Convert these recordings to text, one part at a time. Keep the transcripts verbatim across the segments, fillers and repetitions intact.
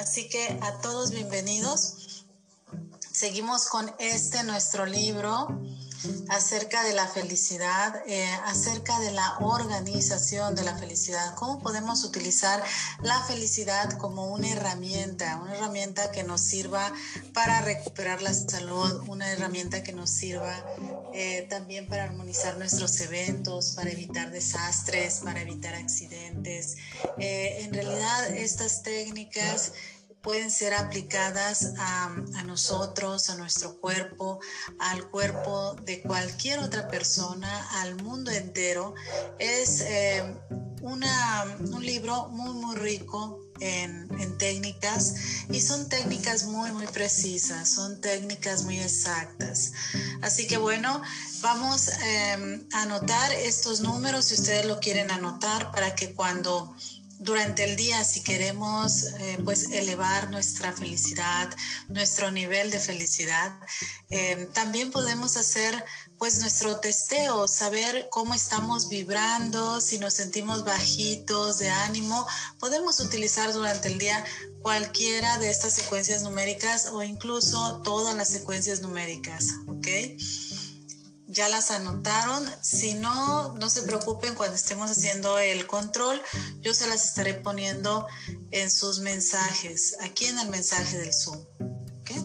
Así que a todos bienvenidos. Seguimos con este nuestro libro acerca de la felicidad, eh, acerca de la organización de la felicidad. ¿Cómo podemos utilizar la felicidad como una herramienta? Una herramienta que nos sirva para recuperar la salud, una herramienta que nos sirva eh, también para armonizar nuestros eventos, para evitar desastres, para evitar accidentes. Eh, en realidad, estas técnicas pueden ser aplicadas a, a nosotros, a nuestro cuerpo, al cuerpo de cualquier otra persona, al mundo entero. Es eh, una, un libro muy, muy rico en, en técnicas, y son técnicas muy, muy precisas, son técnicas muy exactas. Así que bueno, vamos eh, a anotar estos números si ustedes lo quieren anotar, para que cuando durante el día, si queremos eh, pues elevar nuestra felicidad, nuestro nivel de felicidad, eh, también podemos hacer pues nuestro testeo, saber cómo estamos vibrando, si nos sentimos bajitos de ánimo. Podemos utilizar durante el día cualquiera de estas secuencias numéricas o incluso todas las secuencias numéricas, ¿ok? Ya las anotaron. Si no, no se preocupen, cuando estemos haciendo el control, yo se las estaré poniendo en sus mensajes, aquí en el mensaje del Zoom. ¿Okay?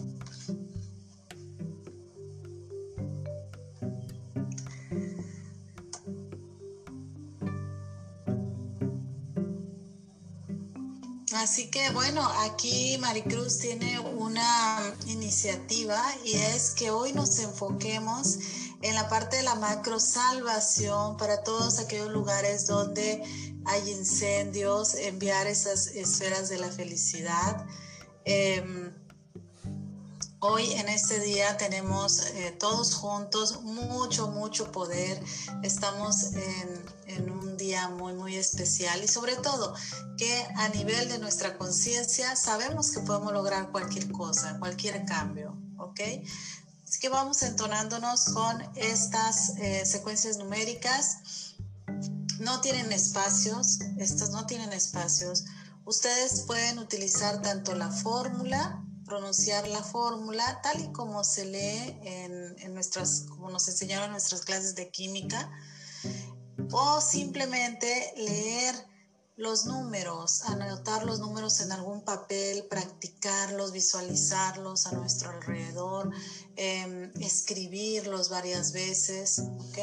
Así que bueno, aquí Maricruz tiene una iniciativa, y es que hoy nos enfoquemos en la parte de la macro salvación para todos aquellos lugares donde hay incendios, enviar esas esferas de la felicidad. Eh, Hoy en este día tenemos eh, todos juntos mucho, mucho poder. Estamos en, en un día muy, muy especial, y sobre todo que a nivel de nuestra conciencia sabemos que podemos lograr cualquier cosa, cualquier cambio, ¿ok? Así que vamos entonándonos con estas eh, secuencias numéricas. No tienen espacios, estas no tienen espacios. Ustedes pueden utilizar tanto la fórmula, pronunciar la fórmula tal y como se lee en, en nuestras, como nos enseñaron en nuestras clases de química, o simplemente leer los números, anotar los números en algún papel, practicarlos, visualizarlos a nuestro alrededor, eh, escribirlos varias veces, ¿ok?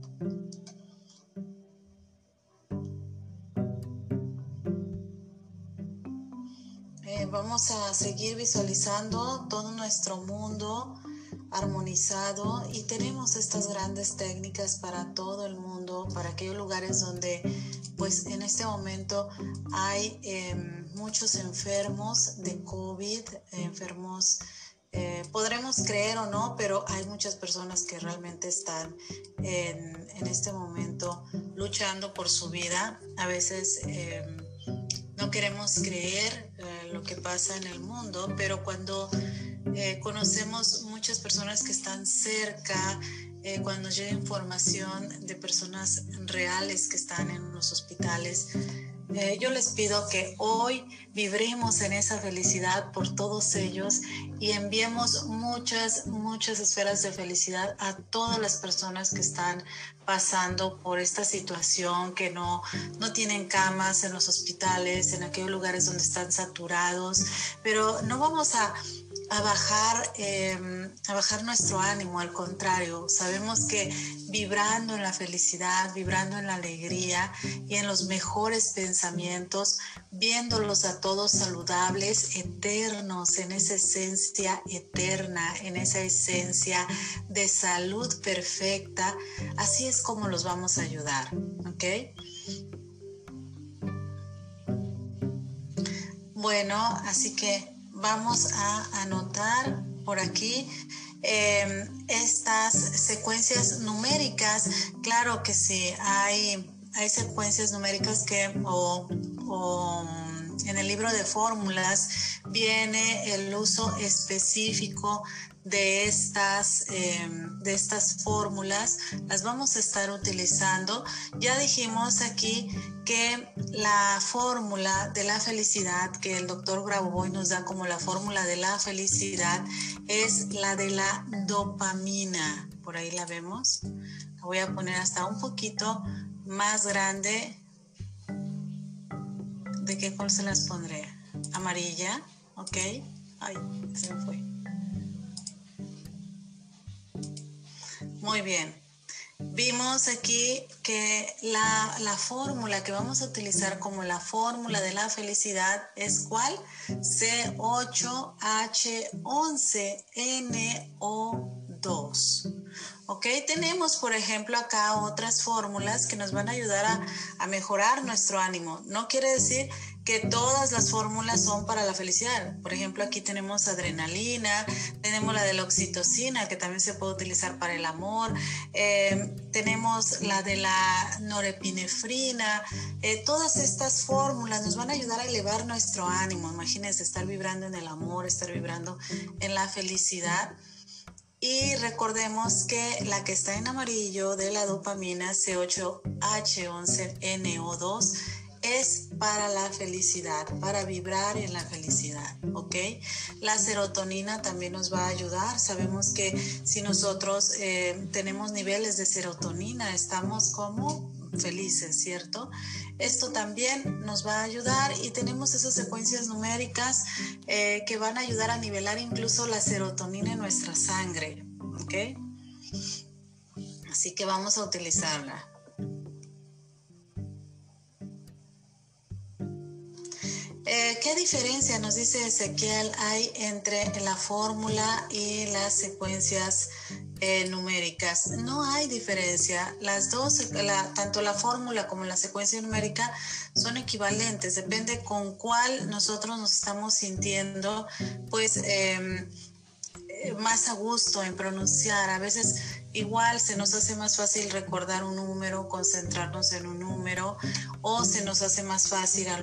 Eh, vamos a seguir visualizando todo nuestro mundo armonizado, y tenemos estas grandes técnicas para todo el mundo, para aquellos lugares donde pues en este momento hay eh, muchos enfermos de COVID, enfermos, eh, podremos creer o no, pero hay muchas personas que realmente están en, en este momento luchando por su vida. A veces eh, no queremos creer eh, lo que pasa en el mundo, pero cuando eh, conocemos muchas personas que están cerca, eh, cuando llega información de personas reales que están en los hospitales, eh, yo les pido que hoy vibremos en esa felicidad por todos ellos, y enviemos muchas, muchas esferas de felicidad a todas las personas que están pasando por esta situación, que no, no tienen camas en los hospitales, en aquellos lugares donde están saturados. Pero no vamos a, a bajar, eh, a bajar nuestro ánimo, al contrario, sabemos que vibrando en la felicidad, vibrando en la alegría y en los mejores pensamientos, viéndolos a todos saludables, eternos, en esa esencia eterna, en esa esencia de salud perfecta, así es como los vamos a ayudar, ¿ok? Bueno, así que vamos a anotar por aquí eh, estas secuencias numéricas. Claro que sí, hay, hay secuencias numéricas que o, o en el libro de fórmulas viene el uso específico de estas, eh, de estas fórmulas las vamos a estar utilizando. Ya dijimos aquí que la fórmula de la felicidad que el doctor Grabovoi nos da como la fórmula de la felicidad es la de la dopamina. Por ahí la vemos. La voy a poner hasta un poquito más grande. ¿De qué color se las pondré? Amarilla, ok. Ay, se me fue. Muy bien. Vimos aquí que la, la fórmula que vamos a utilizar como la fórmula de la felicidad es ¿cuál? C ocho H once N O dos. Ok, tenemos por ejemplo acá otras fórmulas que nos van a ayudar a, a mejorar nuestro ánimo. No quiere decir que todas las fórmulas son para la felicidad. Por ejemplo, aquí tenemos adrenalina, tenemos la de la oxitocina, que también se puede utilizar para el amor, eh, tenemos la de la norepinefrina. Eh, todas estas fórmulas nos van a ayudar a elevar nuestro ánimo. Imagínense estar vibrando en el amor, estar vibrando en la felicidad. Y recordemos que la que está en amarillo de la dopamina C ocho H once N O dos es para la felicidad, para vibrar en la felicidad, ¿ok? La serotonina también nos va a ayudar. Sabemos que si nosotros eh, tenemos niveles de serotonina, estamos como felices, ¿cierto? Esto también nos va a ayudar y tenemos esas secuencias numéricas eh, que van a ayudar a nivelar incluso la serotonina en nuestra sangre, ¿ok? Así que vamos a utilizarla. Eh, ¿Qué diferencia, nos dice Ezequiel, hay entre la fórmula y las secuencias eh, numéricas? No hay diferencia. Las dos, la, tanto la fórmula como la secuencia numérica son equivalentes. Depende con cuál nosotros nos estamos sintiendo, pues, eh, más a gusto en pronunciar. A veces igual se nos hace más fácil recordar un número, concentrarnos en un número, o se nos hace más fácil al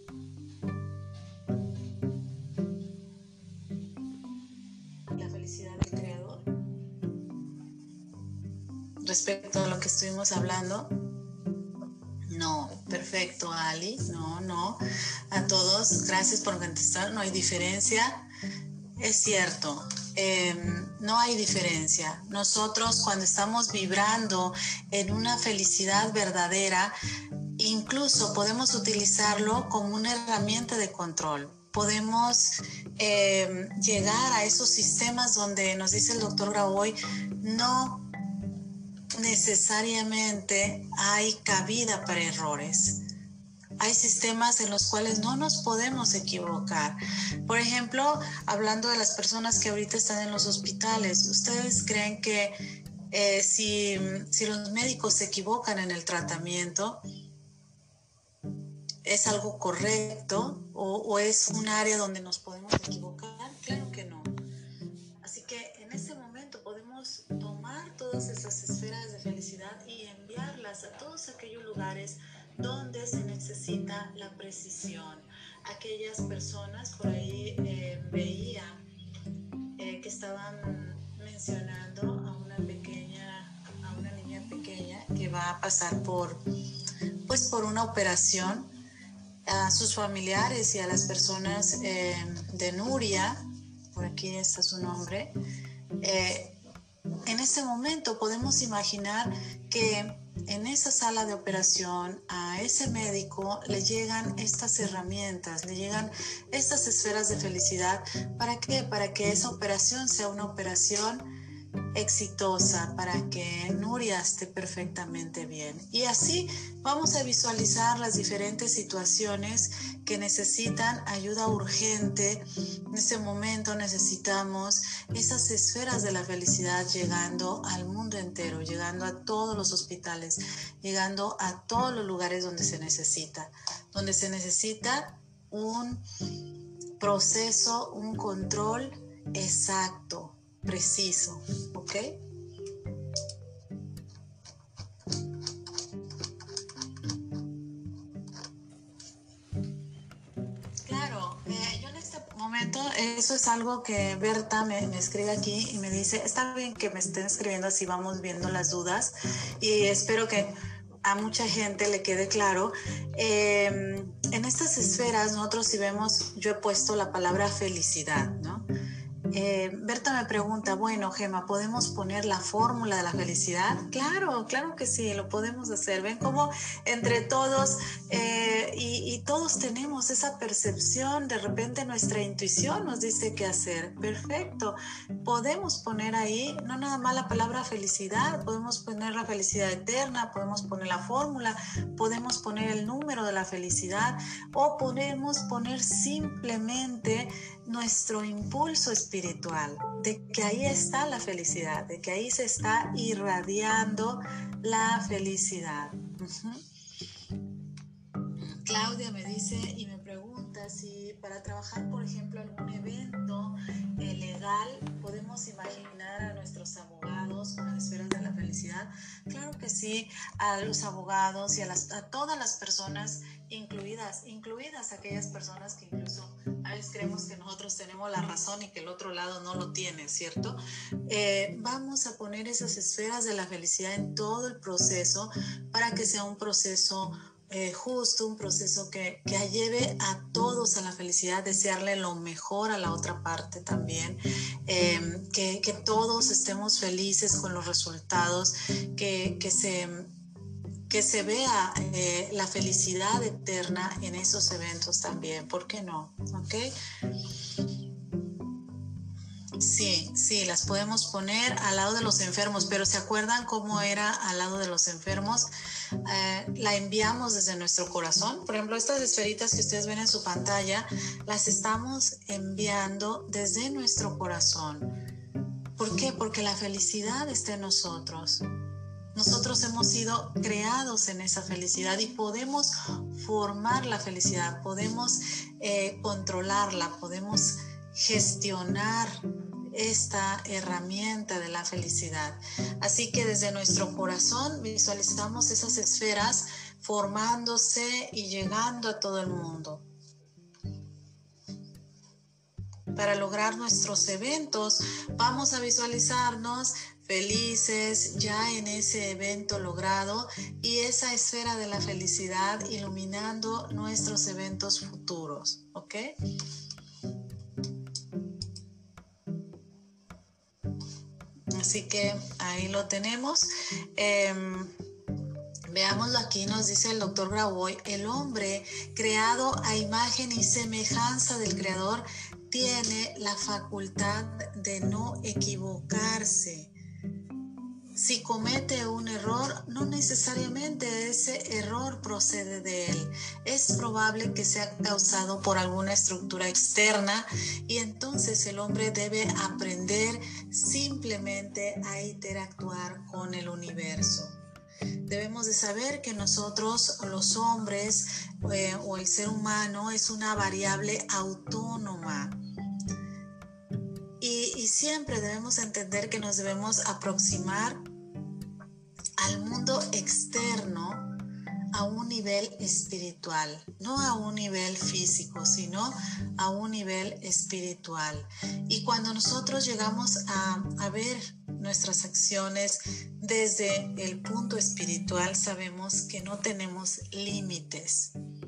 respecto a lo que estuvimos hablando. No, perfecto, Ali. No, no. A todos, gracias por contestar. No hay diferencia. Es cierto, eh, no hay diferencia. Nosotros cuando estamos vibrando en una felicidad verdadera, incluso podemos utilizarlo como una herramienta de control. Podemos eh, llegar a esos sistemas donde nos dice el doctor Grabovoi, no necesariamente hay cabida para errores. Hay sistemas en los cuales no nos podemos equivocar. Por ejemplo, hablando de las personas que ahorita están en los hospitales, ¿ustedes creen que eh, si, si los médicos se equivocan en el tratamiento, es algo correcto o, o es un área donde nos podemos equivocar? Claro que no. Así que en este momento podemos tomar todas esas esferas de felicidad y enviarlas a todos aquellos lugares donde se necesita la precisión. Aquellas personas, por ahí eh, veía eh, que estaban mencionando a una pequeña, a una niña pequeña que va a pasar por, pues por una operación. A sus familiares y a las personas eh, de Nuria, por aquí está su nombre, eh, en este momento podemos imaginar que en esa sala de operación a ese médico le llegan estas herramientas, le llegan estas esferas de felicidad. ¿Para qué? Para que esa operación sea una operación exitosa, para que Nuria esté perfectamente bien. Y así vamos a visualizar las diferentes situaciones que necesitan ayuda urgente. En este momento necesitamos esas esferas de la felicidad llegando al mundo entero, llegando a todos los hospitales, llegando a todos los lugares donde se necesita, donde se necesita un proceso, un control exacto, preciso, ¿ok? Claro, eh, yo en este momento he eso es algo que Berta me, me escribe aquí y me dice, está bien que me estén escribiendo, así vamos viendo las dudas y espero que a mucha gente le quede claro. Eh, en estas esferas nosotros si vemos, yo he puesto la palabra felicidad, ¿no? Eh, Berta me pregunta, bueno, Gema, ¿podemos poner la fórmula de la felicidad? Claro, claro que sí, lo podemos hacer. Ven cómo entre todos eh, y, y todos tenemos esa percepción, de repente nuestra intuición nos dice qué hacer. Perfecto, podemos poner ahí, no nada más la palabra felicidad, podemos poner la felicidad eterna, podemos poner la fórmula, podemos poner el número de la felicidad o podemos poner simplemente nuestro impulso espiritual, de que ahí está la felicidad, de que ahí se está irradiando la felicidad. Uh-huh. Claudia me dice y me pregunta si para trabajar, por ejemplo, algún evento eh, legal, podemos imaginar a nuestros abogados con las esferas de la felicidad. Claro que sí, a los abogados y a, las, a todas las personas incluidas, incluidas aquellas personas que incluso a veces creemos que nosotros tenemos la razón y que el otro lado no lo tiene, ¿cierto? Eh, vamos a poner esas esferas de la felicidad en todo el proceso para que sea un proceso Eh, justo, un proceso que, que lleve a todos a la felicidad, desearle lo mejor a la otra parte también, eh, que, que todos estemos felices con los resultados, que, que, se, que se vea eh, la felicidad eterna en esos eventos también, ¿por qué no? ¿Ok? Sí, sí, las podemos poner al lado de los enfermos, pero ¿se acuerdan cómo era al lado de los enfermos? Eh, la enviamos desde nuestro corazón. Por ejemplo, estas esferitas que ustedes ven en su pantalla, las estamos enviando desde nuestro corazón. ¿Por qué? Porque la felicidad está en nosotros. Nosotros hemos sido creados en esa felicidad y podemos formar la felicidad, podemos eh, controlarla, podemos gestionar esta herramienta de la felicidad. Así que desde nuestro corazón visualizamos esas esferas formándose y llegando a todo el mundo. Para lograr nuestros eventos, vamos a visualizarnos felices ya en ese evento logrado y esa esfera de la felicidad iluminando nuestros eventos futuros, ¿ok? Así que ahí lo tenemos. Eh, veámoslo aquí, nos dice el doctor Graboy, el hombre creado a imagen y semejanza del Creador tiene la facultad de no equivocarse. Si comete un error, no necesariamente ese error procede de él. Es probable que sea causado por alguna estructura externa y entonces el hombre debe aprender simplemente a interactuar con el universo. Debemos de saber que nosotros, los hombres eh, o el ser humano, es una variable autónoma. Y, y siempre debemos entender que nos debemos aproximar al mundo externo a un nivel espiritual, no a un nivel físico, sino a un nivel espiritual. Y cuando nosotros llegamos a, a ver nuestras acciones desde el punto espiritual, sabemos que no tenemos límites.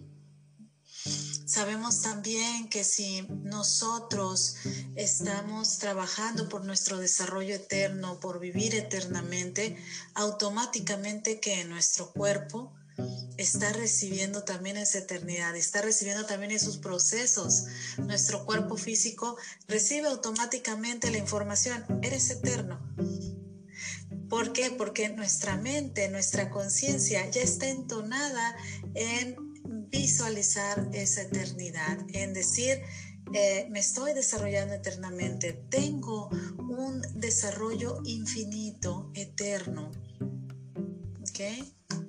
Sabemos también que si nosotros estamos trabajando por nuestro desarrollo eterno, por vivir eternamente, automáticamente que nuestro cuerpo está recibiendo también esa eternidad, está recibiendo también esos procesos. Nuestro cuerpo físico recibe automáticamente la información, eres eterno. ¿Por qué? Porque nuestra mente, nuestra conciencia ya está entonada en visualizar esa eternidad, en decir, eh, me estoy desarrollando eternamente, tengo un desarrollo infinito, eterno. ¿Ok?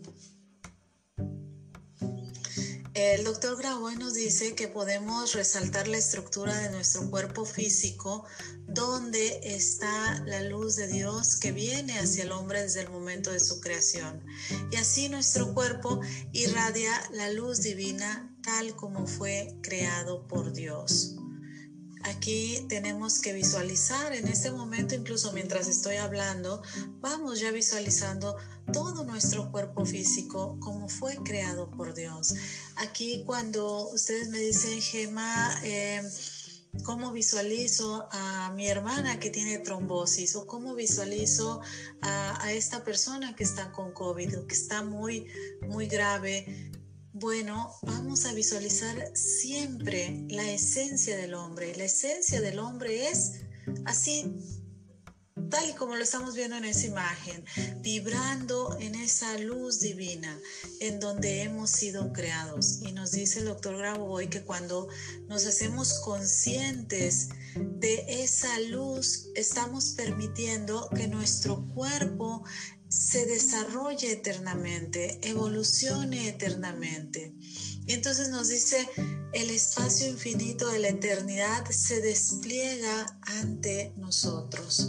El doctor Graboy nos dice que podemos resaltar la estructura de nuestro cuerpo físico, donde está la luz de Dios que viene hacia el hombre desde el momento de su creación. Y así nuestro cuerpo irradia la luz divina tal como fue creado por Dios. aquí tenemos que visualizar en este momento, incluso mientras estoy hablando, vamos ya visualizando todo nuestro cuerpo físico como fue creado por Dios. Aquí cuando ustedes me dicen, Gemma, eh, ¿cómo visualizo a mi hermana que tiene trombosis? ¿O cómo visualizo a, a esta persona que está con COVID o que está muy, muy grave? Bueno, vamos a visualizar siempre la esencia del hombre. La esencia del hombre es así, tal y como lo estamos viendo en esa imagen, vibrando en esa luz divina en donde hemos sido creados. Y nos dice el doctor Grabovoi que cuando nos hacemos conscientes de esa luz, estamos permitiendo que nuestro cuerpo se desarrolle eternamente, evolucione eternamente. Y entonces nos dice, el espacio infinito de la eternidad se despliega ante nosotros.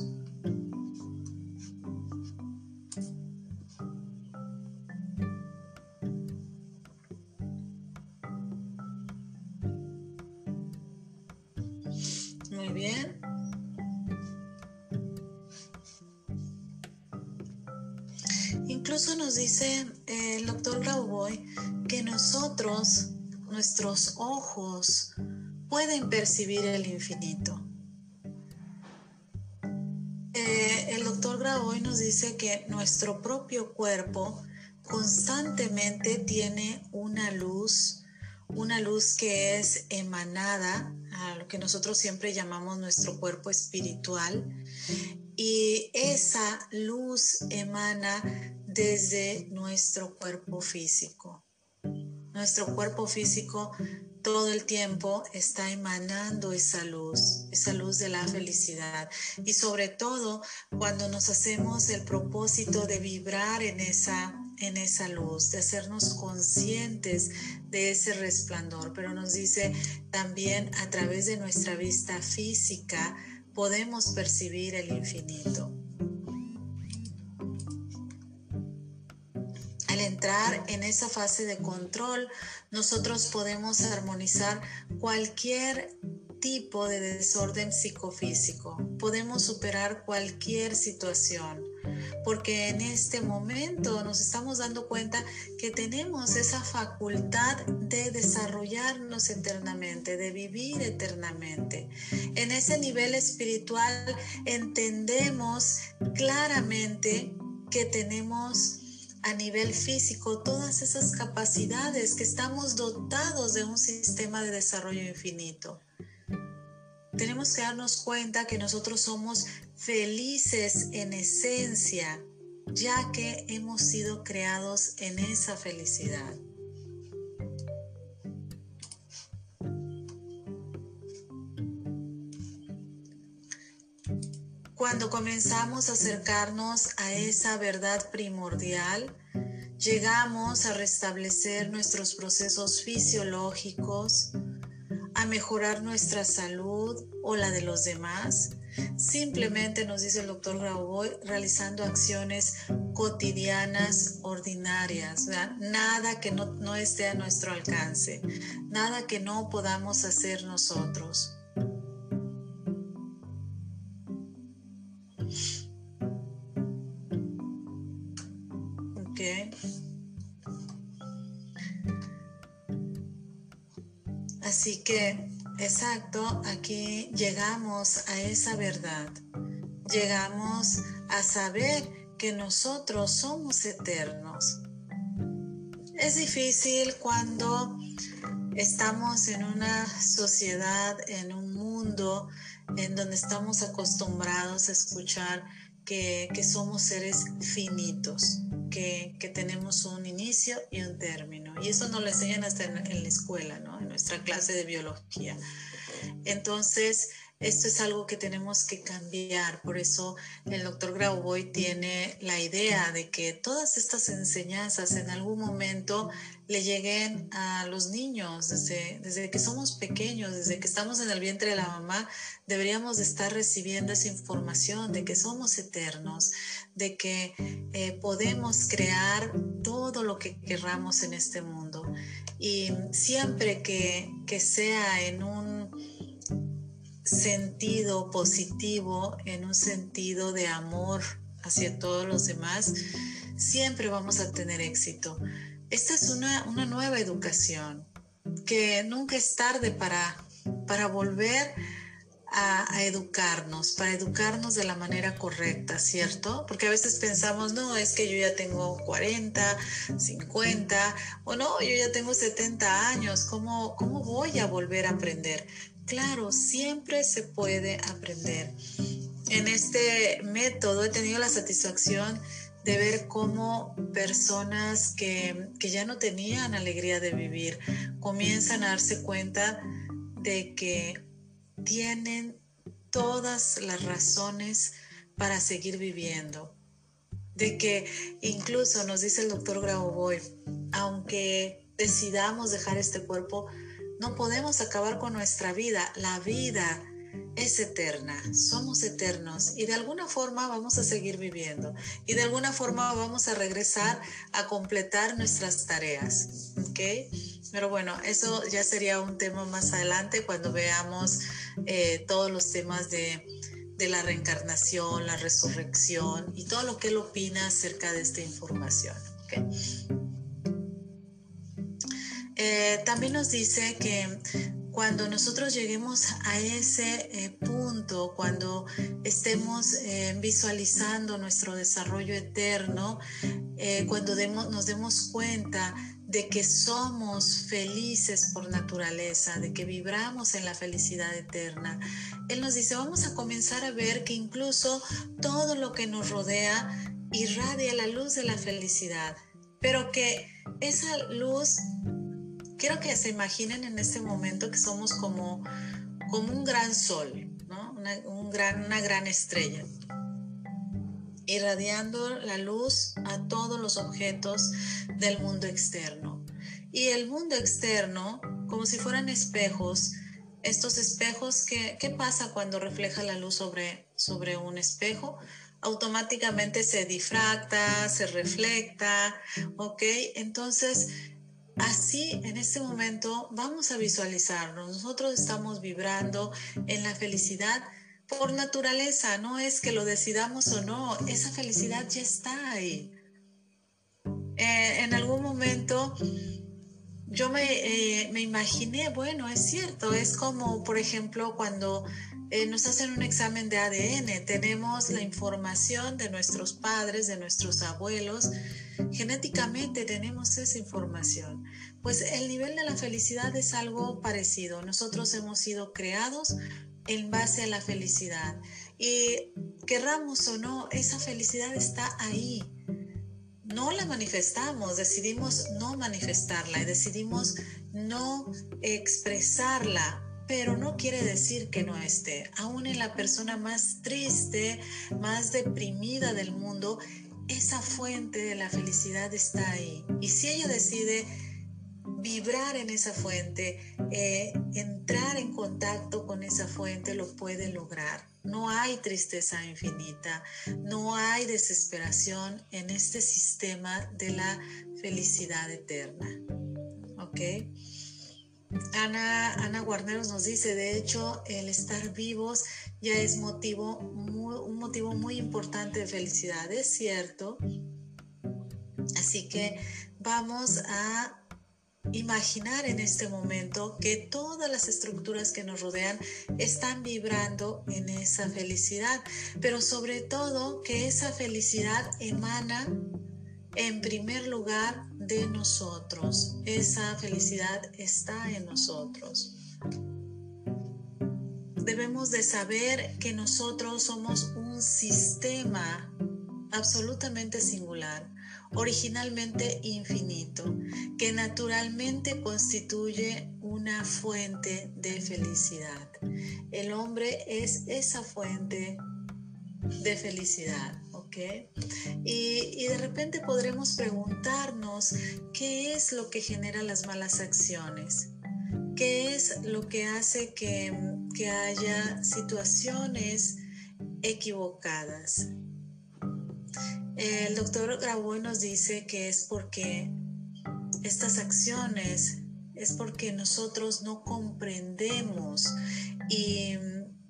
Muy bien. Incluso nos dice el doctor Grabovoi que nosotros, nuestros ojos, pueden percibir el infinito. Eh, el doctor Grabovoi nos dice que nuestro propio cuerpo constantemente tiene una luz, una luz que es emanada a lo que nosotros siempre llamamos nuestro cuerpo espiritual, y esa luz emana desde nuestro cuerpo físico. Nuestro cuerpo físico todo el tiempo está emanando esa luz, esa luz de la felicidad. Y sobre todo cuando nos hacemos el propósito de vibrar en esa, en esa luz, de hacernos conscientes de ese resplandor. Pero nos dice también a través de nuestra vista física podemos percibir el infinito. Al entrar en esa fase de control, nosotros podemos armonizar cualquier tipo de desorden psicofísico. Podemos superar cualquier situación, porque en este momento nos estamos dando cuenta que tenemos esa facultad de desarrollarnos eternamente, de vivir eternamente. En ese nivel espiritual entendemos claramente que tenemos a nivel físico todas esas capacidades, que estamos dotados de un sistema de desarrollo infinito. Tenemos que darnos cuenta que nosotros somos felices en esencia, ya que hemos sido creados en esa felicidad. Cuando comenzamos a acercarnos a esa verdad primordial, llegamos a restablecer nuestros procesos fisiológicos, a mejorar nuestra salud o la de los demás. Simplemente, nos dice el doctor Grabovoi, realizando acciones cotidianas, ordinarias, ¿verdad? Nada que no, no esté a nuestro alcance, nada que no podamos hacer nosotros. Okay. Así que, exacto, aquí llegamos a esa verdad. Llegamos a saber que nosotros somos eternos. Es difícil cuando estamos en una sociedad, en un mundo en donde estamos acostumbrados a escuchar que, que somos seres finitos, que, que tenemos un inicio y un término. Y eso nos lo enseñan hasta en, en la escuela, ¿no? En nuestra clase de biología. Entonces, esto es algo que tenemos que cambiar. Por eso el doctor Grabovoi tiene la idea de que todas estas enseñanzas en algún momento le lleguen a los niños. Desde, desde que somos pequeños, desde que estamos en el vientre de la mamá, deberíamos de estar recibiendo esa información de que somos eternos, de que eh, podemos crear todo lo que querramos en este mundo. Y siempre que, que sea en un sentido positivo, en un sentido de amor hacia todos los demás, siempre vamos a tener éxito. Esta es una, una nueva educación, que nunca es tarde para, para volver a, a educarnos, para educarnos de la manera correcta, ¿cierto? Porque a veces pensamos, no, es que yo ya tengo cuarenta, cincuenta, o no, yo ya tengo setenta años, ¿cómo, cómo voy a volver a aprender? Claro, siempre se puede aprender. En este método he tenido la satisfacción de ver cómo personas que, que ya no tenían alegría de vivir comienzan a darse cuenta de que tienen todas las razones para seguir viviendo. De que incluso nos dice el doctor Grabovoi, aunque decidamos dejar este cuerpo, no podemos acabar con nuestra vida. La vida es eterna, somos eternos y de alguna forma vamos a seguir viviendo y de alguna forma vamos a regresar a completar nuestras tareas, ¿ok? Pero bueno, eso ya sería un tema más adelante cuando veamos eh, todos los temas de, de la reencarnación, la resurrección y todo lo que él opina acerca de esta información, ¿ok? Eh, también nos dice que cuando nosotros lleguemos a ese eh, punto, cuando estemos eh, visualizando nuestro desarrollo eterno, eh, cuando demos, nos demos cuenta de que somos felices por naturaleza, de que vibramos en la felicidad eterna, él nos dice, vamos a comenzar a ver que incluso todo lo que nos rodea irradia la luz de la felicidad, pero que esa luz, quiero que se imaginen en este momento que somos como, como un gran sol, ¿no? Una, un gran, una gran estrella, irradiando la luz a todos los objetos del mundo externo. Y el mundo externo, como si fueran espejos, estos espejos, ¿qué, qué pasa cuando refleja la luz sobre, sobre un espejo? Automáticamente se difracta, se reflecta, ¿ok? Entonces, así, en este momento, vamos a visualizarnos. Nosotros estamos vibrando en la felicidad por naturaleza. No es que lo decidamos o no. Esa felicidad ya está ahí. Eh, en algún momento yo me, eh, me imaginé, bueno, es cierto. Es como, por ejemplo, cuando eh, nos hacen un examen de A D N. Tenemos la información de nuestros padres, de nuestros abuelos. Genéticamente tenemos esa información. Pues el nivel de la felicidad es algo parecido. Nosotros hemos sido creados en base a la felicidad. Y querramos o no, esa felicidad está ahí. No la manifestamos, decidimos no manifestarla y decidimos no expresarla, pero no quiere decir que no esté. Aún en la persona más triste, más deprimida del mundo, esa fuente de la felicidad está ahí. Y si ella decide vibrar en esa fuente, eh, entrar en contacto con esa fuente, lo puede lograr. No hay tristeza infinita, no hay desesperación en este sistema de la felicidad eterna. ¿Ok? Ana, Ana Guarneros nos dice, de hecho, el estar vivos ya es motivo muy, un motivo muy importante de felicidad, es cierto. Así que vamos a imaginar en este momento que todas las estructuras que nos rodean están vibrando en esa felicidad, pero sobre todo que esa felicidad emana en primer lugar de nosotros. Esa felicidad está en nosotros. Debemos de saber que nosotros somos un sistema absolutamente singular, originalmente infinito, que naturalmente constituye una fuente de felicidad. El hombre es esa fuente de felicidad, ¿ok? Y, y de repente podremos preguntarnos qué es lo que genera las malas acciones, qué es lo que hace que, que haya situaciones equivocadas. El doctor Grabovoi nos dice que es porque estas acciones es porque nosotros no comprendemos y,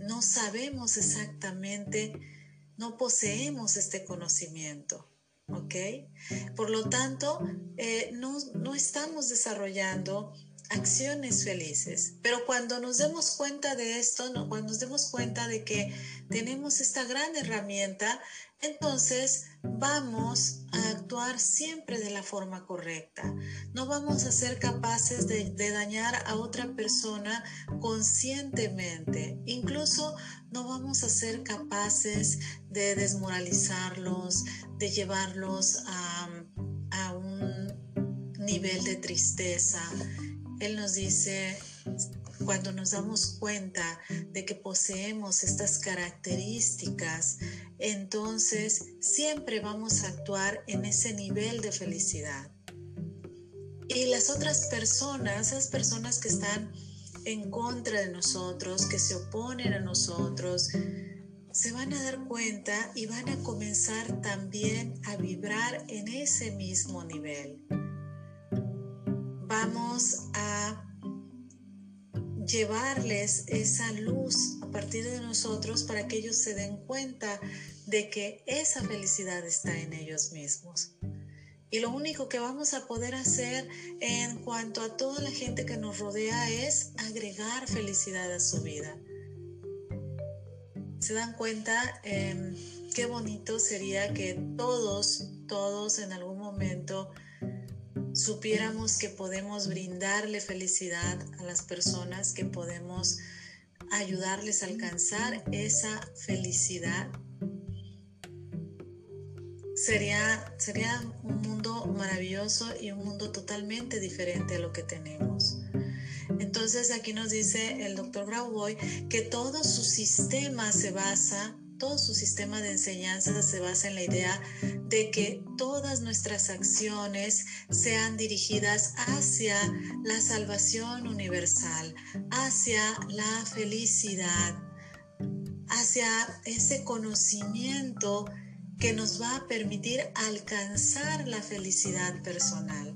no sabemos exactamente, no poseemos este conocimiento. ¿Ok? Por lo tanto, eh, no, no estamos desarrollando acciones felices. Pero cuando nos demos cuenta de esto, no, cuando nos demos cuenta de que tenemos esta gran herramienta, entonces vamos a actuar siempre de la forma correcta. No vamos a ser capaces de, de dañar a otra persona conscientemente. Incluso no vamos a ser capaces de desmoralizarlos, de llevarlos a, a un nivel de tristeza. Él nos dice, cuando nos damos cuenta de que poseemos estas características, entonces siempre vamos a actuar en ese nivel de felicidad. Y las otras personas, esas personas que están en contra de nosotros, que se oponen a nosotros, se van a dar cuenta y van a comenzar también a vibrar en ese mismo nivel. Vamos a llevarles esa luz a partir de nosotros para que ellos se den cuenta de que esa felicidad está en ellos mismos. Y lo único que vamos a poder hacer en cuanto a toda la gente que nos rodea es agregar felicidad a su vida. ¿Se dan cuenta? Eh, qué bonito sería que todos, todos en algún momento supiéramos que podemos brindarle felicidad a las personas, que podemos ayudarles a alcanzar esa felicidad. Sería, sería un mundo maravilloso y un mundo totalmente diferente a lo que tenemos. Entonces aquí nos dice el doctor Grauboy que todo su sistema se basa, todo su sistema de enseñanza se basa en la idea de que todas nuestras acciones sean dirigidas hacia la salvación universal, hacia la felicidad, hacia ese conocimiento que nos va a permitir alcanzar la felicidad personal.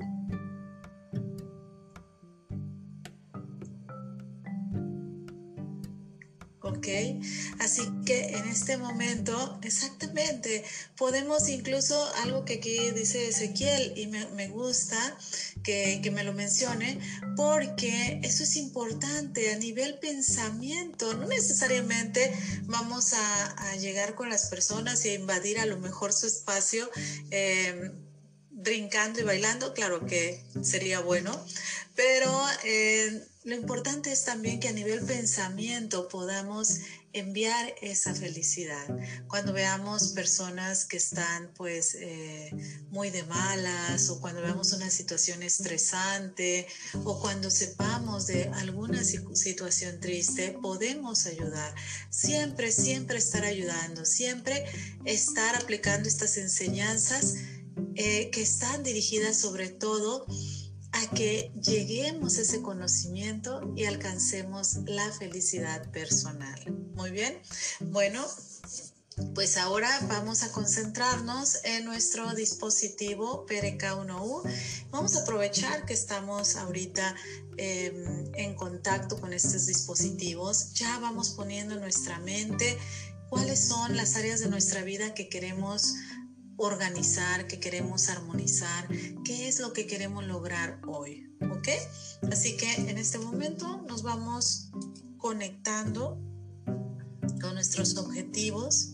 ¿Ok? Así que en este momento, exactamente, podemos incluso, algo que aquí dice Ezequiel y me, me gusta que, que me lo mencione, porque eso es importante a nivel pensamiento. No necesariamente vamos a, a llegar con las personas y a invadir a lo mejor su espacio eh, brincando y bailando, claro que sería bueno, pero eh, lo importante es también que a nivel pensamiento podamos enviar esa felicidad. Cuando veamos personas que están pues eh, muy de malas, o cuando veamos una situación estresante, o cuando sepamos de alguna situación triste, podemos ayudar. Siempre, siempre estar ayudando, siempre estar aplicando estas enseñanzas eh, que están dirigidas sobre todo a que lleguemos a ese conocimiento y alcancemos la felicidad personal. Muy bien, bueno, pues ahora vamos a concentrarnos en nuestro dispositivo P R K uno U. Vamos a aprovechar que estamos ahorita eh, en contacto con estos dispositivos. Ya vamos poniendo en nuestra mente cuáles son las áreas de nuestra vida que queremos organizar, que queremos armonizar, qué es lo que queremos lograr hoy, ¿ok? Así que en este momento nos vamos conectando con nuestros objetivos.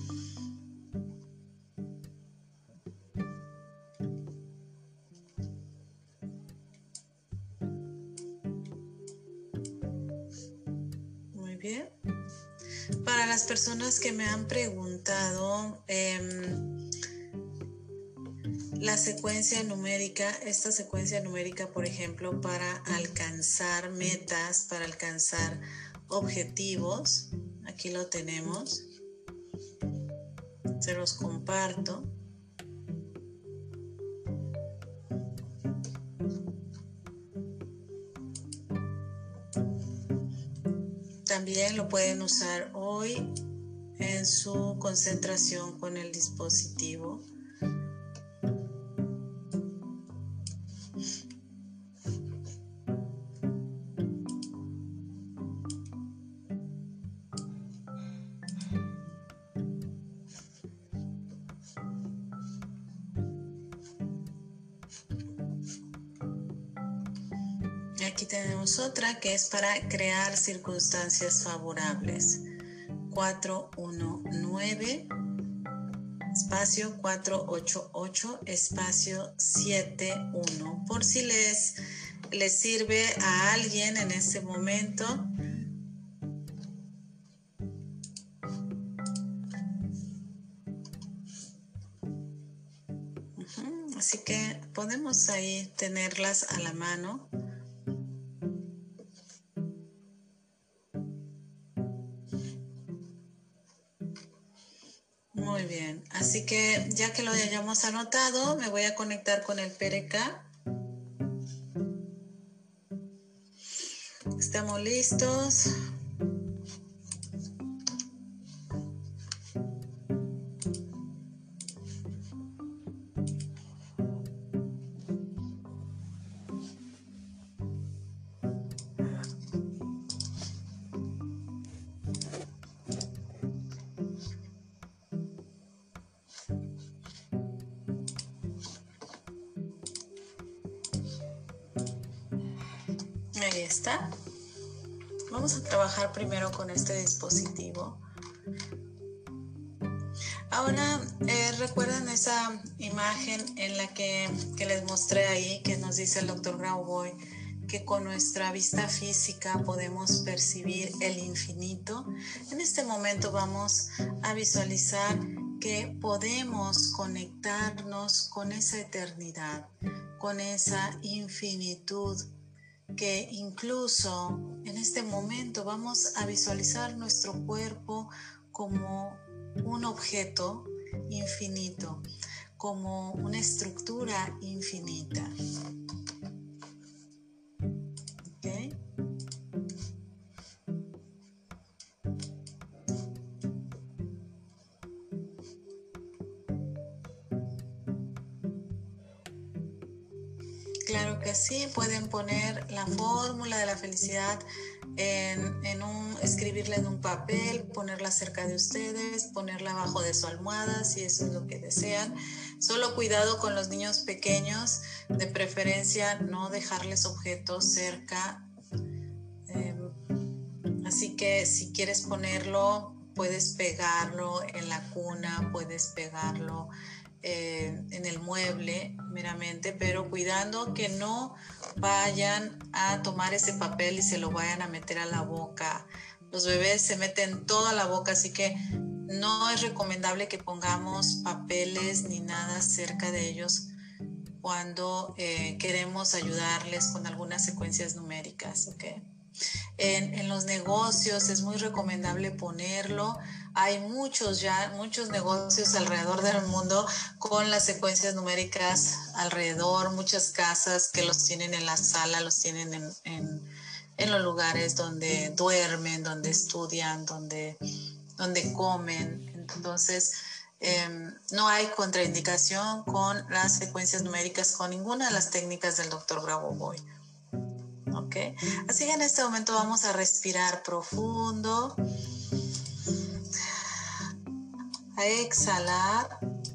Muy bien. Para las personas que me han preguntado, eh, la secuencia numérica, esta secuencia numérica, por ejemplo, para alcanzar metas, para alcanzar objetivos, aquí lo tenemos, se los comparto. También lo pueden usar hoy en su concentración con el dispositivo. aquí tenemos otra que es para crear circunstancias favorables. cuatro uno nueve, espacio cuatro ocho ocho, espacio siete uno. Por si les, les sirve a alguien en este momento. Así que podemos ahí tenerlas a la mano. Muy bien, así que ya que lo hayamos anotado, me voy a conectar con el P R K. Estamos listos. Ahí está. Vamos a trabajar primero con este dispositivo. Ahora, eh, ¿recuerdan esa imagen en la que, que les mostré ahí, que nos dice el doctor Grauboy, que con nuestra vista física podemos percibir el infinito? En este momento vamos a visualizar que podemos conectarnos con esa eternidad, con esa infinitud, que incluso en este momento vamos a visualizar nuestro cuerpo como un objeto infinito, como una estructura infinita. ¿Okay? Claro que sí, pueden poner la fórmula de la felicidad en, en un, escribirla en un papel, ponerla cerca de ustedes, ponerla abajo de su almohada, si eso es lo que desean. Solo cuidado con los niños pequeños, de preferencia no dejarles objetos cerca. Eh, así que si quieres ponerlo, puedes pegarlo en la cuna, puedes pegarlo Eh, en el mueble meramente, pero cuidando que no vayan a tomar ese papel y se lo vayan a meter a la boca. Los bebés se meten toda la boca, así que no es recomendable que pongamos papeles ni nada cerca de ellos cuando eh, queremos ayudarles con algunas secuencias numéricas, ¿ok? En, en los negocios es muy recomendable ponerlo. Hay muchos ya, muchos negocios alrededor del mundo con las secuencias numéricas alrededor, muchas casas que los tienen en la sala, los tienen en, en, en los lugares donde duermen, donde estudian, donde, donde comen. Entonces, eh, no hay contraindicación con las secuencias numéricas, con ninguna de las técnicas del doctor Grauboy. ¿Ok? Así que en este momento vamos a respirar profundo, a exhalar,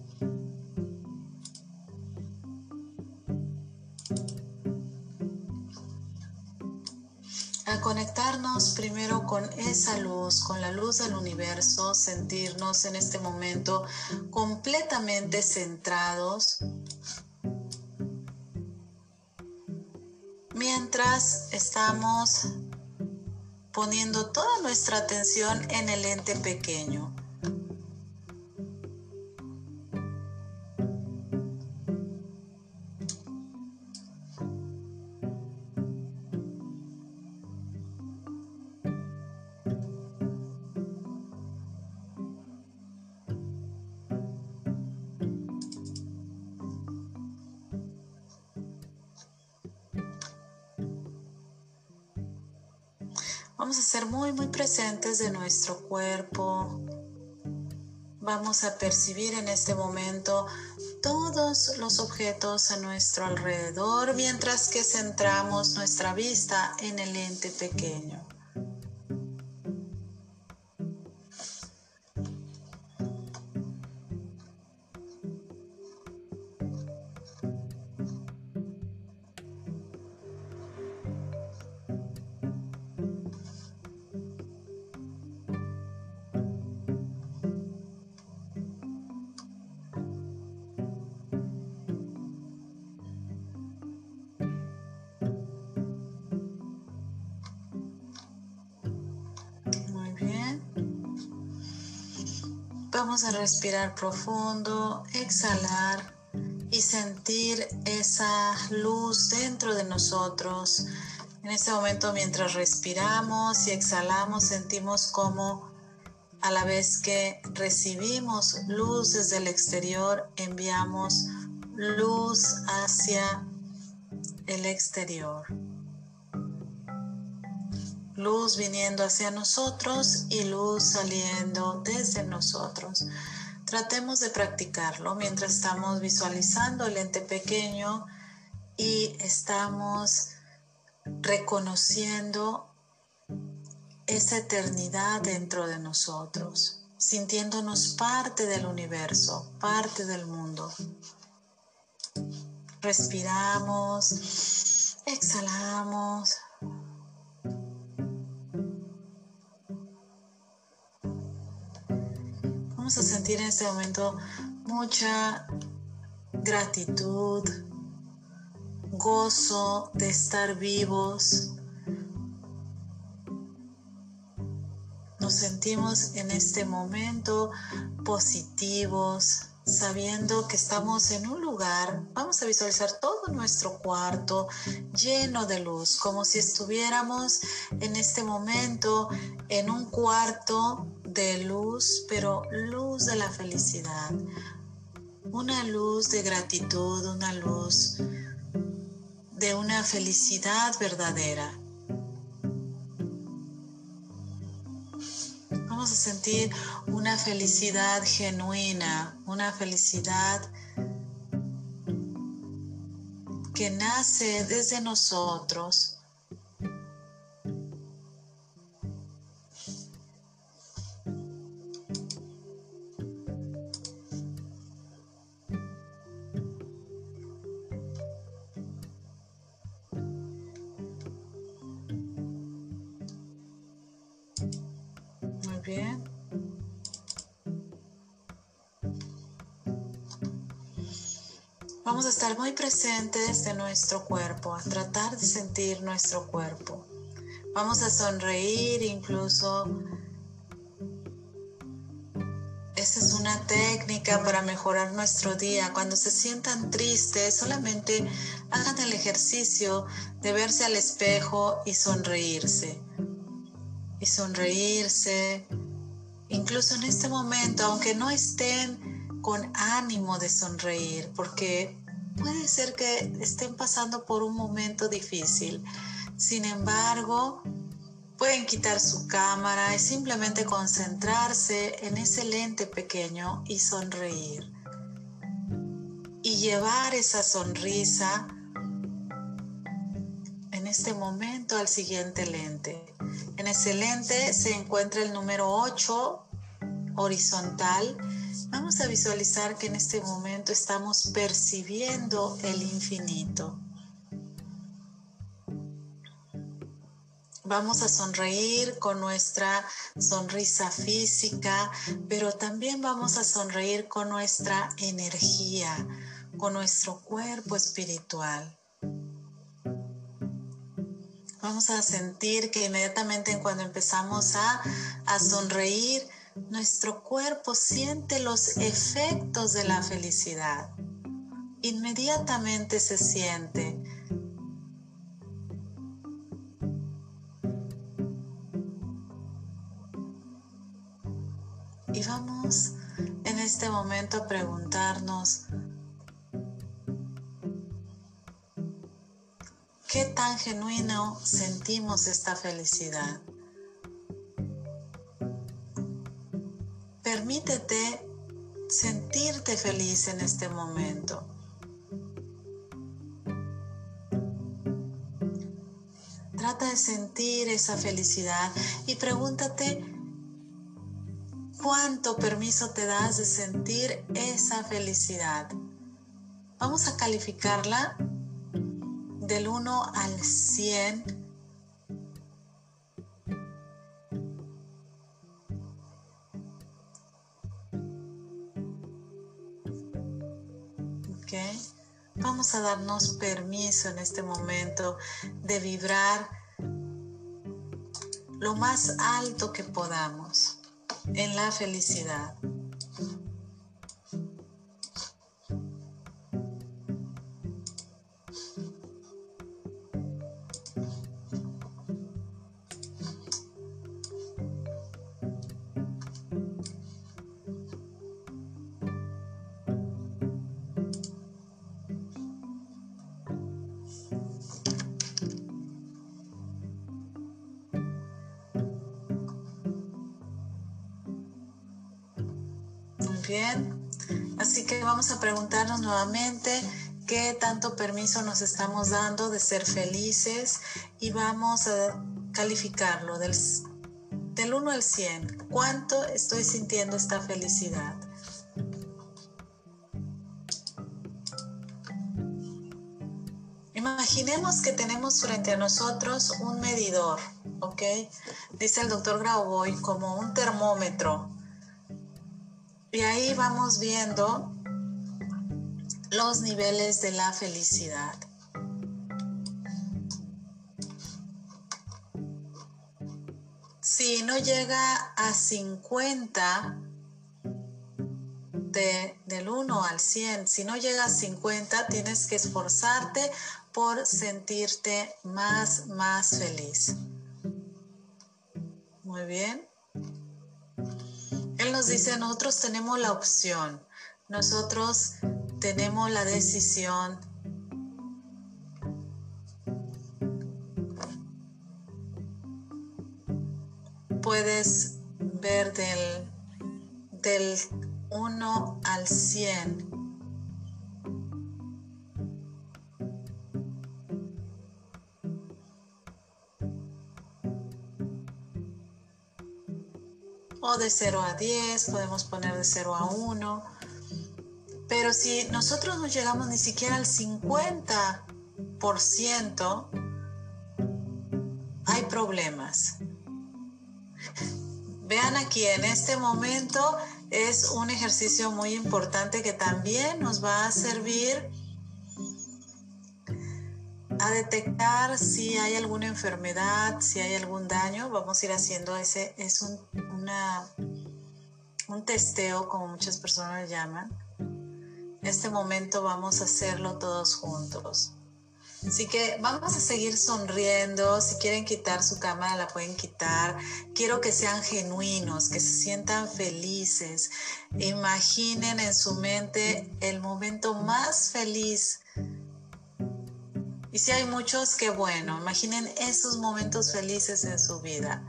a conectarnos primero con esa luz, con la luz del universo, sentirnos en este momento completamente centrados, mientras estamos poniendo toda nuestra atención en el ente pequeño. Vamos a ser muy, muy presentes de nuestro cuerpo. Vamos a percibir en este momento todos los objetos a nuestro alrededor mientras que centramos nuestra vista en el ente pequeño. Vamos a respirar profundo, exhalar y sentir esa luz dentro de nosotros. En este momento, mientras respiramos y exhalamos, sentimos como a la vez que recibimos luz desde el exterior, enviamos luz hacia el exterior. Luz viniendo hacia nosotros y luz saliendo desde nosotros. Tratemos de practicarlo mientras estamos visualizando el ente pequeño y estamos reconociendo esa eternidad dentro de nosotros, sintiéndonos parte del universo, parte del mundo. Respiramos, exhalamos. Vamos a sentir en este momento mucha gratitud, gozo de estar vivos. Nos sentimos en este momento positivos, sabiendo que estamos en un lugar. Vamos a visualizar todo nuestro cuarto lleno de luz, como si estuviéramos en este momento en un cuarto de luz, pero luz de la felicidad. Una luz de gratitud, una luz de una felicidad verdadera. Vamos a sentir una felicidad genuina, una felicidad que nace desde nosotros. Muy bien. Vamos a estar muy presentes de nuestro cuerpo, a tratar de sentir nuestro cuerpo. Vamos a sonreír incluso. Esta es una técnica para mejorar nuestro día. Cuando se sientan tristes, solamente hagan el ejercicio de verse al espejo y sonreírse. Y sonreírse. Incluso en este momento, aunque no estén con ánimo de sonreír, porque puede ser que estén pasando por un momento difícil. Sin embargo, pueden quitar su cámara y simplemente concentrarse en ese lente pequeño y sonreír. Y llevar esa sonrisa en este momento al siguiente lente. En ese lente se encuentra el número ocho, horizontal. Vamos a visualizar que en este momento estamos percibiendo el infinito. Vamos a sonreír con nuestra sonrisa física, pero también vamos a sonreír con nuestra energía, con nuestro cuerpo espiritual. Vamos a sentir que inmediatamente cuando empezamos a, a sonreír, nuestro cuerpo siente los efectos de la felicidad. Inmediatamente se siente. Y vamos en este momento a preguntarnos, ¿qué tan genuino sentimos esta felicidad? Permítete sentirte feliz en este momento. Trata de sentir esa felicidad y pregúntate cuánto permiso te das de sentir esa felicidad. Vamos a calificarla del uno al cien. ¿Ok? Vamos a darnos permiso en este momento de vibrar lo más alto que podamos en la felicidad. bien. Así que vamos a preguntarnos nuevamente qué tanto permiso nos estamos dando de ser felices y vamos a calificarlo del, del uno al cien. ¿Cuánto estoy sintiendo esta felicidad? Imaginemos que tenemos frente a nosotros un medidor, ¿ok? Dice el doctor Grauboy, como un termómetro. Y ahí vamos viendo los niveles de la felicidad. Si no llega a cincuenta, de, del uno al cien, si no llega a cincuenta, tienes que esforzarte por sentirte más, más feliz. Muy bien. Él nos dice, nosotros tenemos la opción, nosotros tenemos la decisión. Puedes ver del, del uno al cien. O de cero a diez, podemos poner de cero a uno. Pero si nosotros no llegamos ni siquiera al cincuenta por ciento, hay problemas. Vean aquí, en este momento es un ejercicio muy importante que también nos va a servir a detectar si hay alguna enfermedad, si hay algún daño. Vamos a ir haciendo ese, es un, una, un testeo, como muchas personas le llaman. En este momento vamos a hacerlo todos juntos. Así que vamos a seguir sonriendo. Si quieren quitar su cámara, la pueden quitar. Quiero que sean genuinos, que se sientan felices. Imaginen en su mente el momento más feliz. Y si hay muchos, qué bueno. Imaginen esos momentos felices en su vida.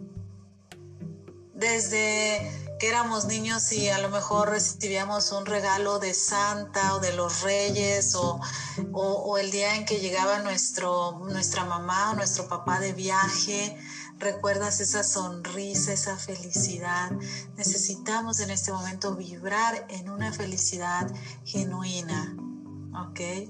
Desde que éramos niños y a lo mejor recibíamos un regalo de Santa o de los Reyes, o, o, o el día en que llegaba nuestro, nuestra mamá o nuestro papá de viaje. ¿Recuerdas esa sonrisa, esa felicidad? Necesitamos en este momento vibrar en una felicidad genuina, ¿ok?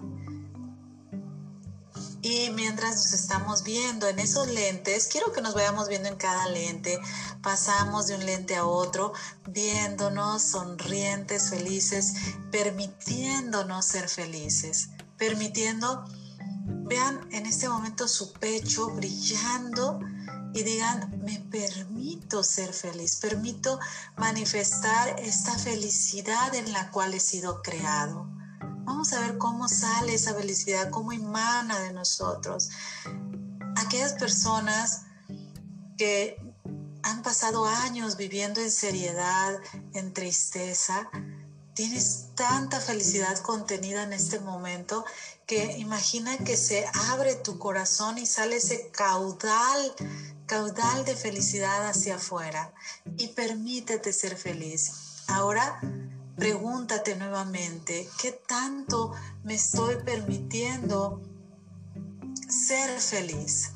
Y mientras nos estamos viendo en esos lentes, quiero que nos vayamos viendo en cada lente. Pasamos de un lente a otro, viéndonos sonrientes, felices, permitiéndonos ser felices. Permitiendo, vean en este momento su pecho brillando y digan, me permito ser feliz, permito manifestar esta felicidad en la cual he sido creado. Vamos a ver cómo sale esa felicidad, cómo emana de nosotros. Aquellas personas que han pasado años viviendo en seriedad, en tristeza, tienes tanta felicidad contenida en este momento que imagina que se abre tu corazón y sale ese caudal, caudal de felicidad hacia afuera. Y permítete ser feliz. Ahora, pregúntate nuevamente, ¿qué tanto me estoy permitiendo ser feliz?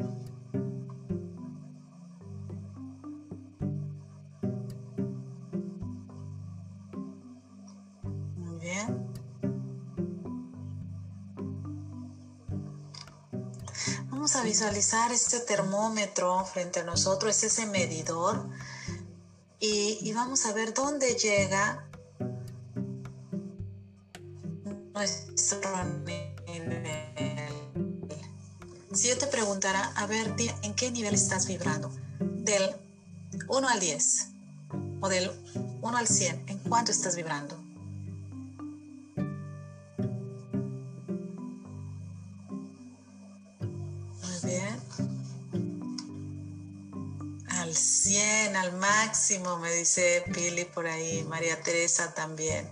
Muy bien. Vamos a visualizar este termómetro frente a nosotros, es ese medidor, y, y vamos a ver dónde llega nuestro nivel. Si yo te preguntara, a ver, ¿en qué nivel estás vibrando? Del uno al diez o del uno al cien, ¿en cuánto estás vibrando? Muy bien. Al cien, al máximo, me dice Pili por ahí, María Teresa también.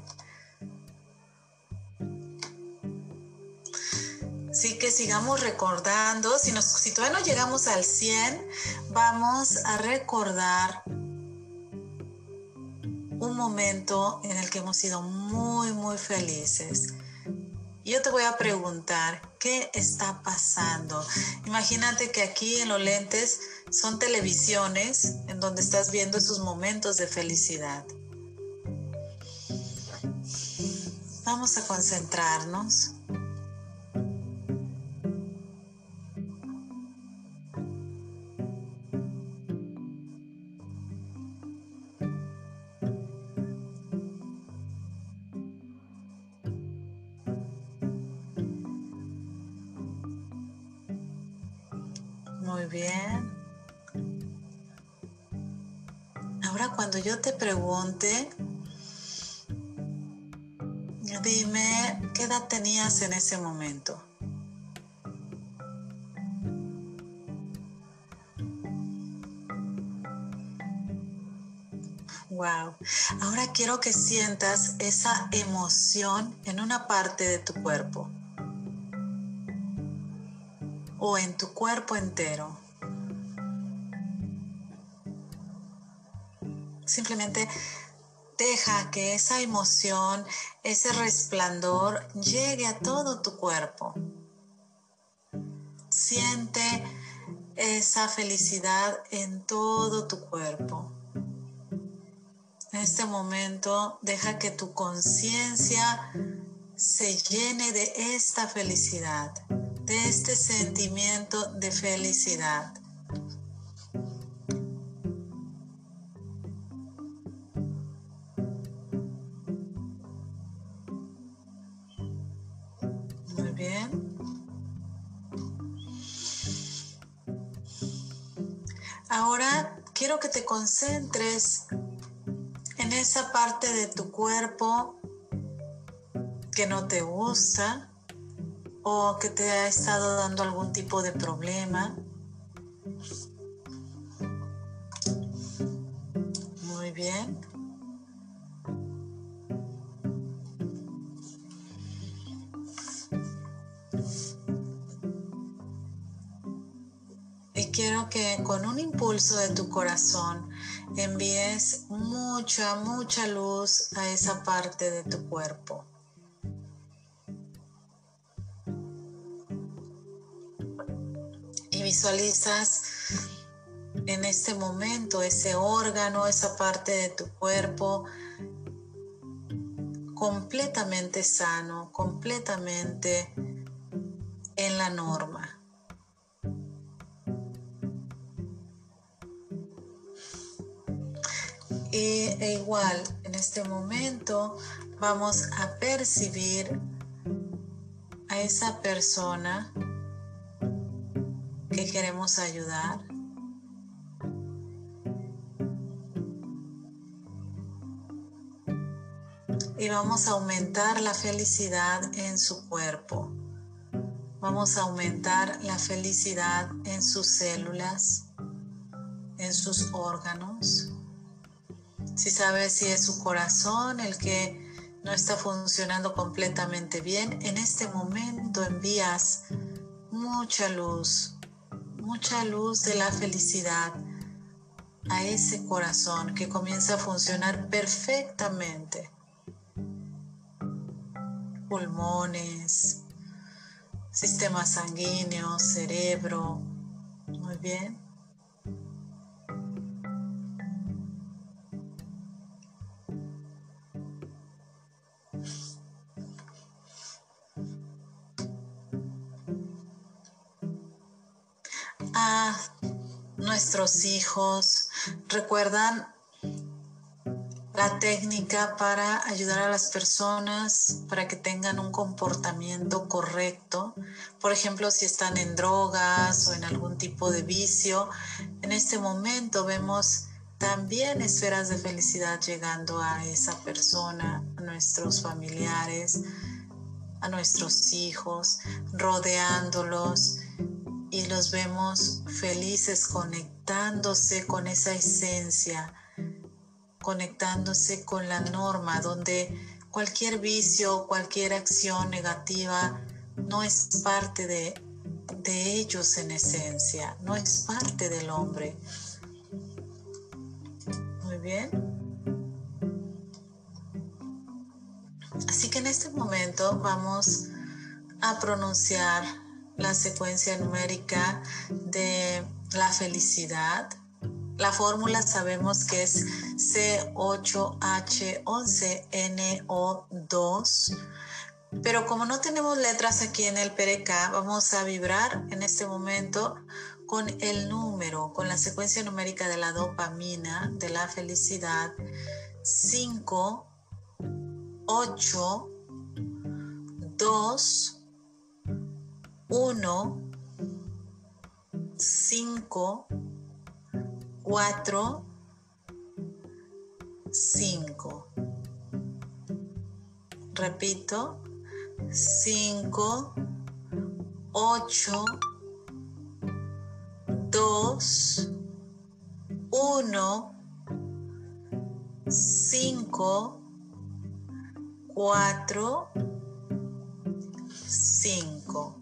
Así que sigamos recordando, si, nos, si todavía no llegamos al cien, vamos a recordar un un momento en el que hemos sido muy, muy felices. Yo te voy a preguntar, ¿qué está pasando? Imagínate que aquí en los lentes son televisiones en donde estás viendo esos momentos de felicidad. Vamos a concentrarnos. Muy bien. Ahora cuando yo te pregunte, dime, ¿qué edad tenías en ese momento? Wow. Ahora quiero que sientas esa emoción en una parte de tu cuerpo o en tu cuerpo entero. Simplemente deja que esa emoción, ese resplandor llegue a todo tu cuerpo. Siente esa felicidad en todo tu cuerpo. En este momento, deja que tu conciencia se llene de esta felicidad, de este sentimiento de felicidad. Muy bien. Ahora quiero que te concentres en esa parte de tu cuerpo que no te gusta o que te ha estado dando algún tipo de problema. Muy bien. Y quiero que con un impulso de tu corazón envíes mucha, mucha luz a esa parte de tu cuerpo. Y visualizas en este momento ese órgano, esa parte de tu cuerpo completamente sano, completamente en la norma. Y e igual, en este momento vamos a percibir a esa persona que queremos ayudar. Y vamos a aumentar la felicidad en su cuerpo. Vamos a aumentar la felicidad en sus células, en sus órganos. Si sabes si es su corazón el que no está funcionando completamente bien, en este momento envías mucha luz, mucha luz de la felicidad a ese corazón que comienza a funcionar perfectamente. Pulmones, sistema sanguíneo, cerebro. Muy bien. A nuestros hijos, ¿recuerdan la técnica para ayudar a las personas para que tengan un comportamiento correcto? Por ejemplo, si están en drogas o en algún tipo de vicio, en este momento vemos también esferas de felicidad llegando a esa persona, a nuestros familiares, a nuestros hijos, rodeándolos, y los vemos felices, conectándose con esa esencia, conectándose con la norma, donde cualquier vicio, cualquier acción negativa no es parte de, de ellos en esencia, no es parte del hombre. Muy bien. Así que en este momento vamos a pronunciar la secuencia numérica de la felicidad. La fórmula sabemos que es C ocho H once N O dos, pero como no tenemos letras aquí en el Pereca, vamos a vibrar en este momento con el número, con la secuencia numérica de la dopamina, de la felicidad, cinco, ocho, dos, uno, cinco, cuatro, cinco. Repito, cinco, ocho, dos, uno, cinco, cuatro, cinco.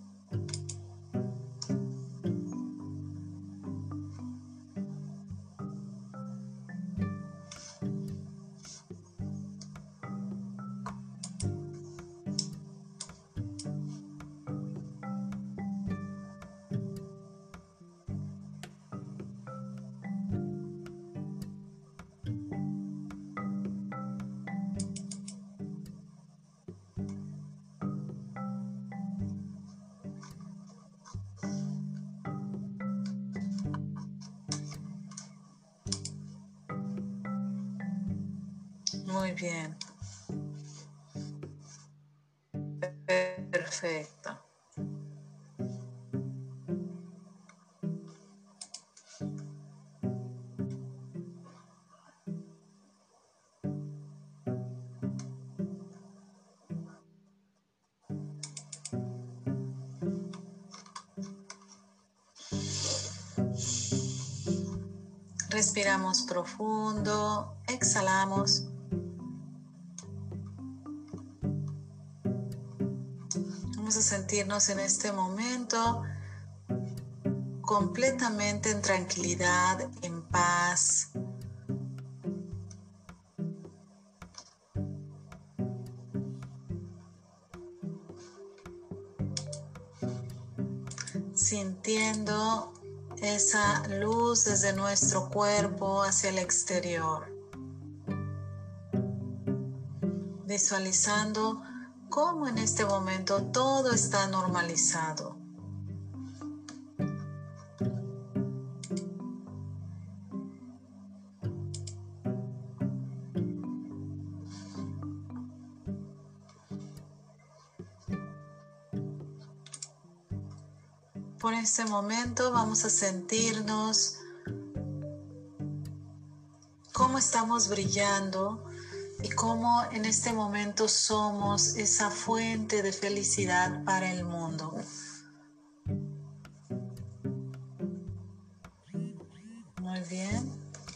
Muy bien. Perfecto. Respiramos profundo, exhalamos. Vamos a sentirnos en este momento completamente en tranquilidad, en paz. Sintiendo esa luz desde nuestro cuerpo hacia el exterior. Visualizando cómo en este momento todo está normalizado. Por este momento vamos a sentirnos cómo estamos brillando y cómo en este momento somos esa fuente de felicidad para el mundo. Muy bien.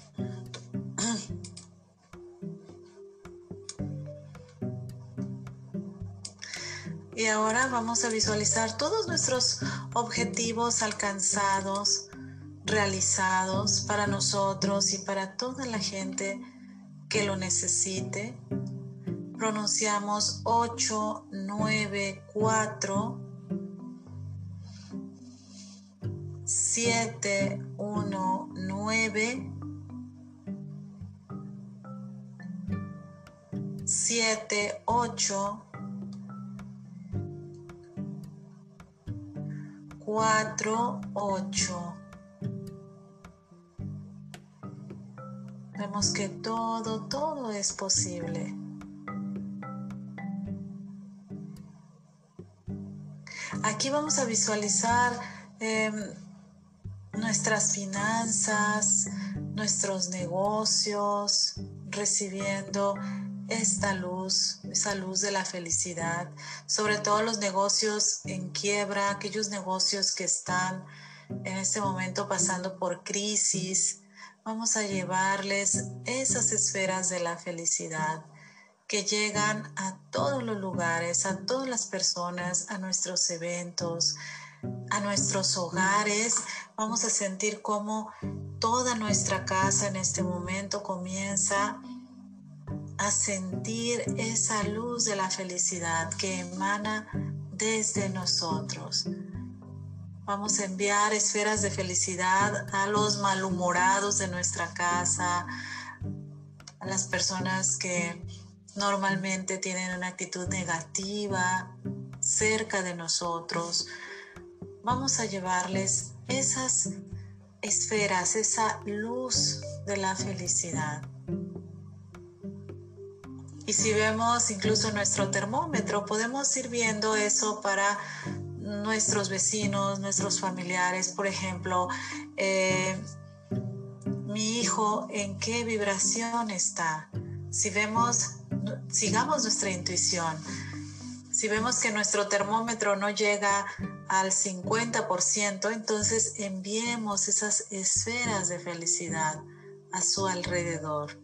Y ahora vamos a visualizar todos nuestros objetivos alcanzados, realizados para nosotros y para toda la gente que lo necesite. Pronunciamos ocho, nueve, cuatro, siete, uno, nueve, siete, ocho, cuatro, ocho. Vemos que todo, todo es posible. Aquí vamos a visualizar eh, nuestras finanzas, nuestros negocios, recibiendo esta luz, esa luz de la felicidad, sobre todo los negocios en quiebra, aquellos negocios que están en este momento pasando por crisis. Vamos a llevarles esas esferas de la felicidad que llegan a todos los lugares, a todas las personas, a nuestros eventos, a nuestros hogares. Vamos a sentir cómo toda nuestra casa en este momento comienza a sentir esa luz de la felicidad que emana desde nosotros. Vamos a enviar esferas de felicidad a los malhumorados de nuestra casa, a las personas que normalmente tienen una actitud negativa cerca de nosotros. Vamos a llevarles esas esferas, esa luz de la felicidad. Y si vemos incluso nuestro termómetro, podemos ir viendo eso para nuestros vecinos, nuestros familiares. Por ejemplo, eh, mi hijo, ¿en qué vibración está? Si vemos, sigamos nuestra intuición. Si vemos que nuestro termómetro no llega al cincuenta por ciento, entonces enviemos esas esferas de felicidad a su alrededor.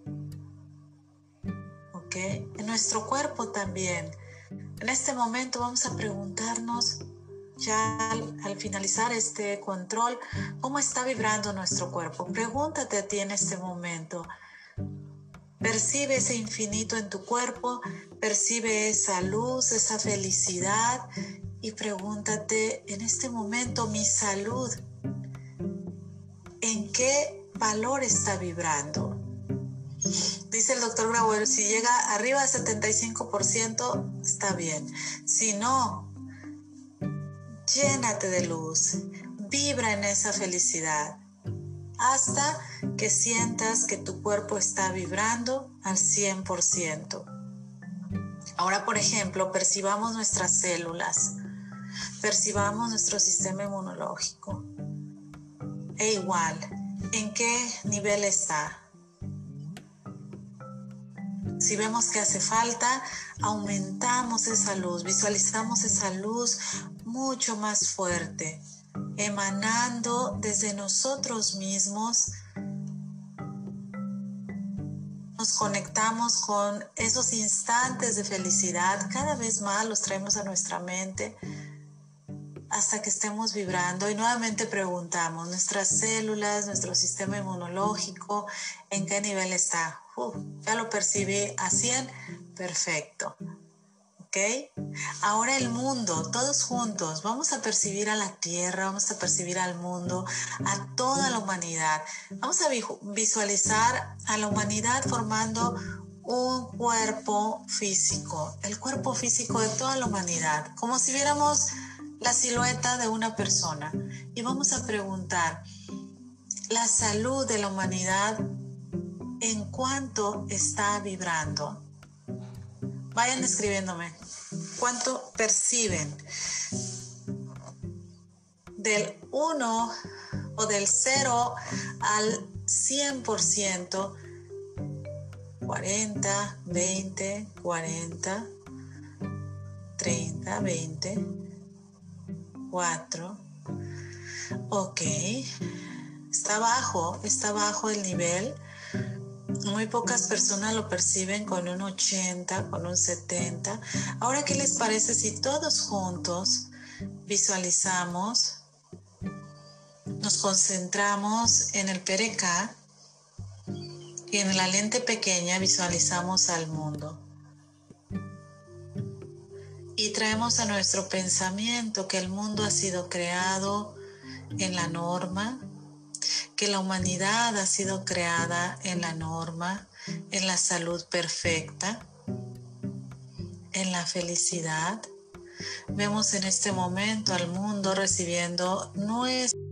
¿Ok? En nuestro cuerpo también. En este momento vamos a preguntarnos, ya al, al finalizar este control, ¿cómo está vibrando nuestro cuerpo? Pregúntate a ti en este momento. Percibe ese infinito en tu cuerpo, percibe esa luz, esa felicidad y pregúntate en este momento, mi salud, ¿en qué valor está vibrando? Dice el doctor Grauer, si llega arriba del setenta y cinco por ciento, está bien. Si no, llénate de luz, vibra en esa felicidad, hasta que sientas que tu cuerpo está vibrando al cien por ciento. Ahora, por ejemplo, percibamos nuestras células, percibamos nuestro sistema inmunológico. E igual, ¿en qué nivel está? Si vemos que hace falta, aumentamos esa luz, visualizamos esa luz mucho más fuerte, emanando desde nosotros mismos. Nos conectamos con esos instantes de felicidad, cada vez más los traemos a nuestra mente hasta que estemos vibrando y nuevamente preguntamos, nuestras células, nuestro sistema inmunológico, ¿en qué nivel está? Uh, ya lo percibí a cien, perfecto. ¿Ok? Ahora el mundo, todos juntos, vamos a percibir a la Tierra, vamos a percibir al mundo, a toda la humanidad. Vamos a visualizar a la humanidad formando un cuerpo físico, el cuerpo físico de toda la humanidad, como si viéramos la silueta de una persona. Y vamos a preguntar, la salud de la humanidad, ¿en cuánto está vibrando? Vayan escribiéndome, ¿cuánto perciben? Del uno o del cero al cien por ciento, cuarenta, veinte, cuarenta, treinta, veinte, cuatro. Ok, está bajo, está bajo el nivel. Muy pocas personas lo perciben con un ochenta, con un setenta. Ahora, ¿qué les parece si todos juntos visualizamos, nos concentramos en el Pereká y en la lente pequeña visualizamos al mundo? Y traemos a nuestro pensamiento que el mundo ha sido creado en la norma, que la humanidad ha sido creada en la norma, en la salud perfecta, en la felicidad. Vemos en este momento al mundo recibiendo nuestra